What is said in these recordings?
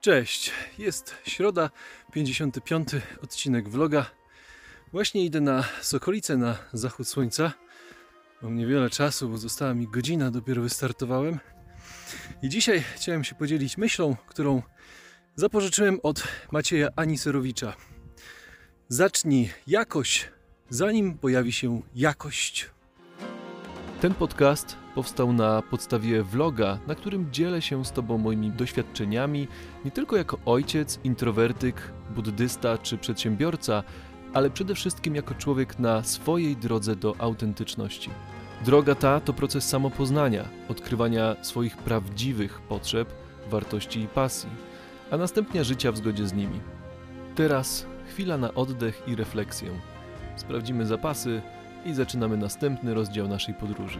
Cześć, jest środa, 55. odcinek vloga. Właśnie idę na Sokolicę, na zachód słońca. Mam niewiele czasu, bo została mi godzina, dopiero wystartowałem. I dzisiaj chciałem się podzielić myślą, którą zapożyczyłem od Macieja Aniserowicza. Zacznij jakoś, zanim pojawi się jakość. Ten podcast powstał na podstawie vloga, na którym dzielę się z Tobą moimi doświadczeniami, nie tylko jako ojciec, introwertyk, buddysta czy przedsiębiorca, ale przede wszystkim jako człowiek na swojej drodze do autentyczności. Droga ta to proces samopoznania, odkrywania swoich prawdziwych potrzeb, wartości i pasji, a następnie życia w zgodzie z nimi. Teraz chwila na oddech i refleksję. Sprawdzimy zapasy i zaczynamy następny rozdział naszej podróży.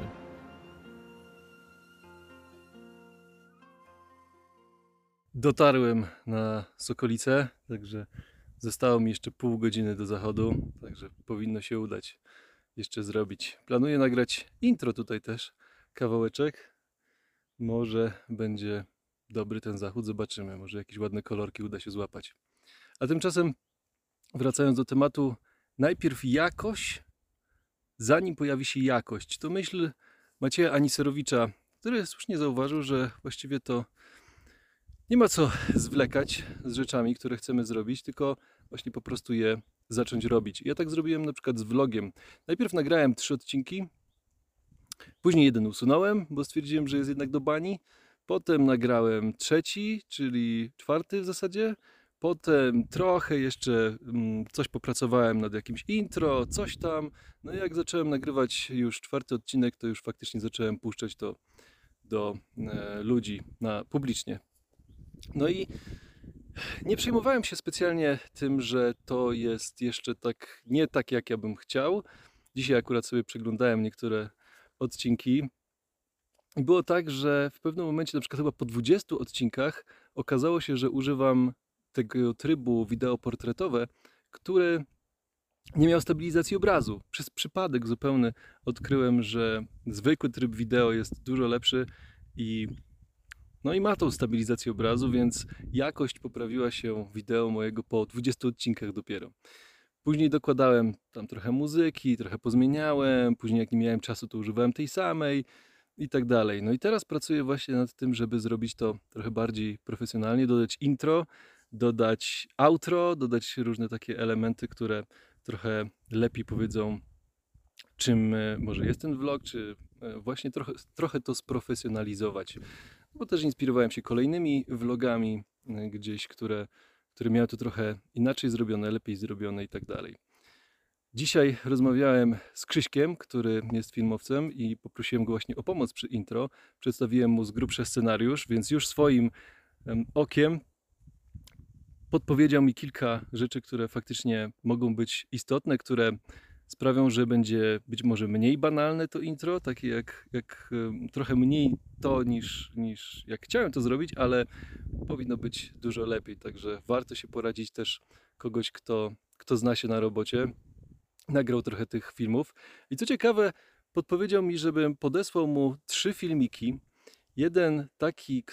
Dotarłem na Sokolicę, także zostało mi jeszcze pół godziny do zachodu, także powinno się udać jeszcze zrobić. Planuję nagrać intro tutaj też, kawałeczek. Może będzie dobry ten zachód, zobaczymy. Może jakieś ładne kolorki uda się złapać. A tymczasem, wracając do tematu, najpierw jakoś, zanim pojawi się jakość. To myśl Macieja Aniserowicza, który słusznie zauważył, że właściwie to nie ma co zwlekać z rzeczami, które chcemy zrobić, tylko właśnie po prostu je zacząć robić. Ja tak zrobiłem na przykład z vlogiem. Najpierw nagrałem 3 odcinki, później jeden usunąłem, bo stwierdziłem, że jest jednak do bani. Potem nagrałem 3, czyli 4 w zasadzie. Potem trochę jeszcze coś popracowałem nad jakimś intro, coś tam. No i jak zacząłem nagrywać już 4 odcinek, to już faktycznie zacząłem puszczać to do ludzi publicznie. No i nie przejmowałem się specjalnie tym, że to jest jeszcze nie tak, jak ja bym chciał. Dzisiaj akurat sobie przeglądałem niektóre odcinki. I było tak, że w pewnym momencie, na przykład chyba po 20 odcinkach, okazało się, że używam tego trybu wideoportretowe, który nie miał stabilizacji obrazu. Przez przypadek zupełny odkryłem, że zwykły tryb wideo jest dużo lepszy i ma tą stabilizację obrazu, więc jakość poprawiła się wideo mojego po 20 odcinkach dopiero. Później dokładałem tam trochę muzyki, trochę pozmieniałem, później jak nie miałem czasu, to używałem tej samej i tak dalej. No i teraz pracuję właśnie nad tym, żeby zrobić to trochę bardziej profesjonalnie, dodać intro, dodać outro, dodać różne takie elementy, które trochę lepiej powiedzą, czym może jest ten vlog, czy właśnie trochę to sprofesjonalizować. Bo też inspirowałem się kolejnymi vlogami gdzieś, które miały to trochę inaczej zrobione, lepiej zrobione i tak dalej. Dzisiaj rozmawiałem z Krzyśkiem, który jest filmowcem i poprosiłem go właśnie o pomoc przy intro. Przedstawiłem mu z grubsza scenariusz, więc już swoim okiem podpowiedział mi kilka rzeczy, które faktycznie mogą być istotne, które sprawią, że będzie być może mniej banalne to intro, takie jak trochę mniej to niż jak chciałem to zrobić, ale powinno być dużo lepiej, także warto się poradzić też kogoś, kto zna się na robocie, nagrał trochę tych filmów i co ciekawe, podpowiedział mi, żebym podesłał mu 3 filmiki, jeden taki,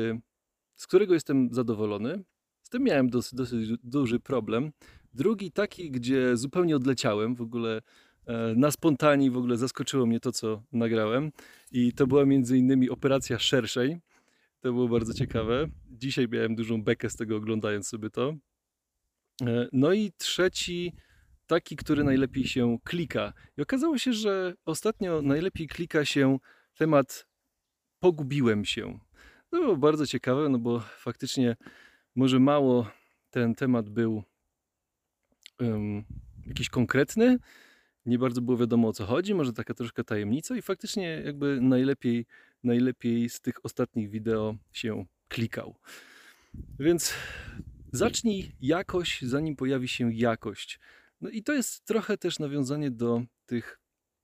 z którego jestem zadowolony, z tym miałem dosyć duży problem. Drugi taki, gdzie zupełnie odleciałem, w ogóle na spontanii w ogóle zaskoczyło mnie to, co nagrałem. I to była między innymi operacja szerszej. To było bardzo ciekawe. Dzisiaj miałem dużą bekę z tego, oglądając sobie to. No i trzeci, taki, który najlepiej się klika. I okazało się, że ostatnio najlepiej klika się temat "pogubiłem się". To było bardzo ciekawe, no bo faktycznie może mało ten temat był jakiś konkretny, nie bardzo było wiadomo, o co chodzi, może taka troszkę tajemnica i faktycznie jakby najlepiej z tych ostatnich wideo się klikał. Więc zacznij jakoś, zanim pojawi się jakość. No i to jest trochę też nawiązanie do tych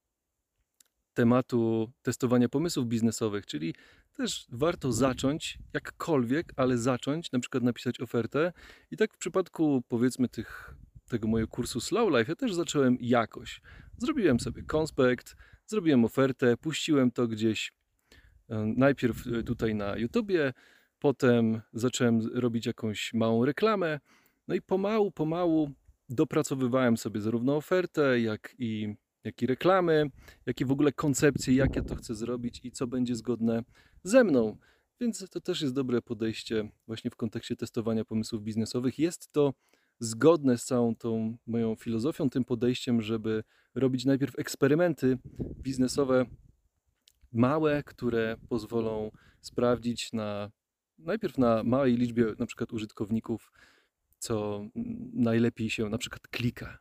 tematu testowania pomysłów biznesowych, czyli też warto zacząć jakkolwiek, ale zacząć, na przykład napisać ofertę i tak w przypadku powiedzmy tego mojego kursu Slow Life ja też zacząłem jakoś. Zrobiłem sobie konspekt, zrobiłem ofertę, puściłem to gdzieś najpierw tutaj na YouTubie, Potem zacząłem robić jakąś małą reklamę. No i pomału dopracowywałem sobie zarówno ofertę, jak i reklamy, jak i w ogóle koncepcję, jak ja to chcę zrobić i co będzie zgodne ze mną. Więc to też jest dobre podejście właśnie w kontekście testowania pomysłów biznesowych. Jest to zgodne z całą tą moją filozofią, tym podejściem, żeby robić najpierw eksperymenty biznesowe małe, które pozwolą sprawdzić najpierw na małej liczbie na przykład użytkowników, co najlepiej się na przykład klika.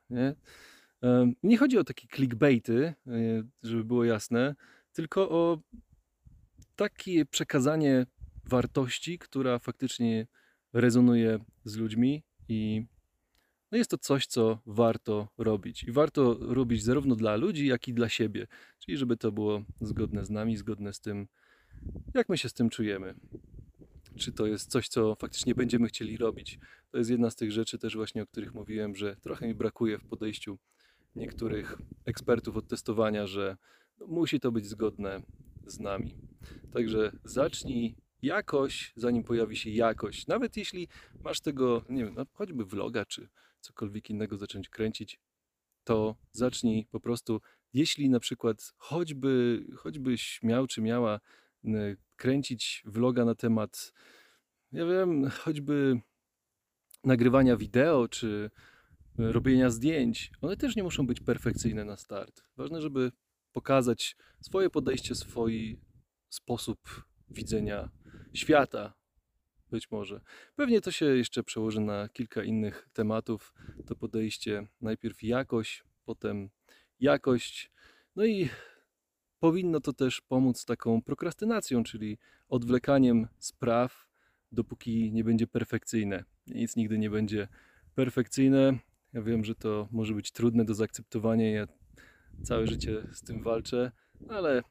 Nie chodzi o takie clickbaity, żeby było jasne, tylko o takie przekazanie wartości, która faktycznie rezonuje z ludźmi i no jest to coś, co warto robić. I warto robić zarówno dla ludzi, jak i dla siebie. Czyli żeby to było zgodne z nami, zgodne z tym, jak my się z tym czujemy. Czy to jest coś, co faktycznie będziemy chcieli robić. To jest jedna z tych rzeczy też właśnie, o których mówiłem, że trochę mi brakuje w podejściu niektórych ekspertów od testowania, że musi to być zgodne z nami. Także zacznij jakoś, zanim pojawi się jakość. Nawet jeśli masz tego, nie wiem, choćby vloga, czy cokolwiek innego zacząć kręcić, to zacznij po prostu, jeśli na przykład choćbyś miał czy miała kręcić vloga na temat, ja wiem, choćby nagrywania wideo, czy robienia zdjęć, one też nie muszą być perfekcyjne na start. Ważne, żeby pokazać swoje podejście, swój sposób widzenia świata. Być może. Pewnie to się jeszcze przełoży na kilka innych tematów. To podejście najpierw jakość, potem jakość. No i powinno to też pomóc z taką prokrastynacją, czyli odwlekaniem spraw, dopóki nie będzie perfekcyjne. Nic nigdy nie będzie perfekcyjne. Ja wiem, że to może być trudne do zaakceptowania. Ja całe życie z tym walczę, ale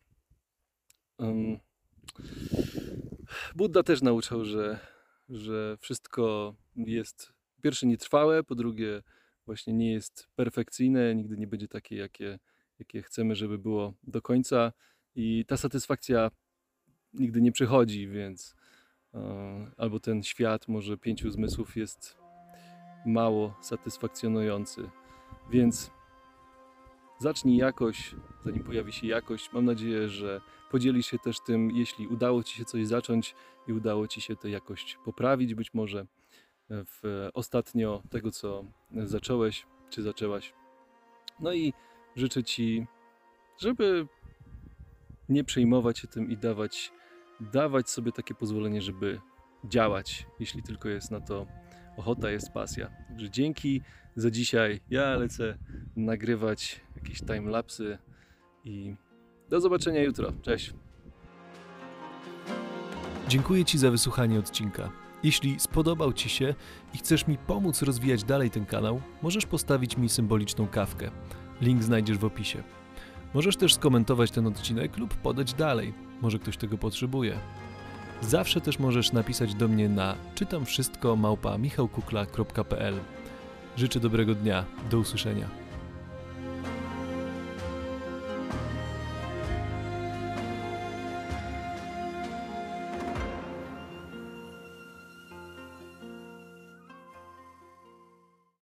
Budda też nauczał, że wszystko jest po pierwsze nietrwałe, po drugie właśnie nie jest perfekcyjne, nigdy nie będzie takie, jakie chcemy, żeby było do końca i ta satysfakcja nigdy nie przychodzi, więc albo ten świat może 5 zmysłów jest mało satysfakcjonujący, więc zacznij jakoś, zanim pojawi się jakość. Mam nadzieję, że podzielisz się też tym, jeśli udało Ci się coś zacząć i udało Ci się tę jakość poprawić, być może ostatnio tego, co zacząłeś, czy zaczęłaś. No i życzę Ci, żeby nie przejmować się tym i dawać sobie takie pozwolenie, żeby działać, jeśli tylko jest na to ochota, jest pasja. Także dzięki za dzisiaj. Ja lecę nagrywać jakieś timelapsy i do zobaczenia jutro. Cześć. Dziękuję Ci za wysłuchanie odcinka. Jeśli spodobał Ci się i chcesz mi pomóc rozwijać dalej ten kanał, możesz postawić mi symboliczną kawkę. Link znajdziesz w opisie. Możesz też skomentować ten odcinek lub podać dalej. Może ktoś tego potrzebuje. Zawsze też możesz napisać do mnie na czytamwszystko@michałkukla.pl. Życzę dobrego dnia. Do usłyszenia.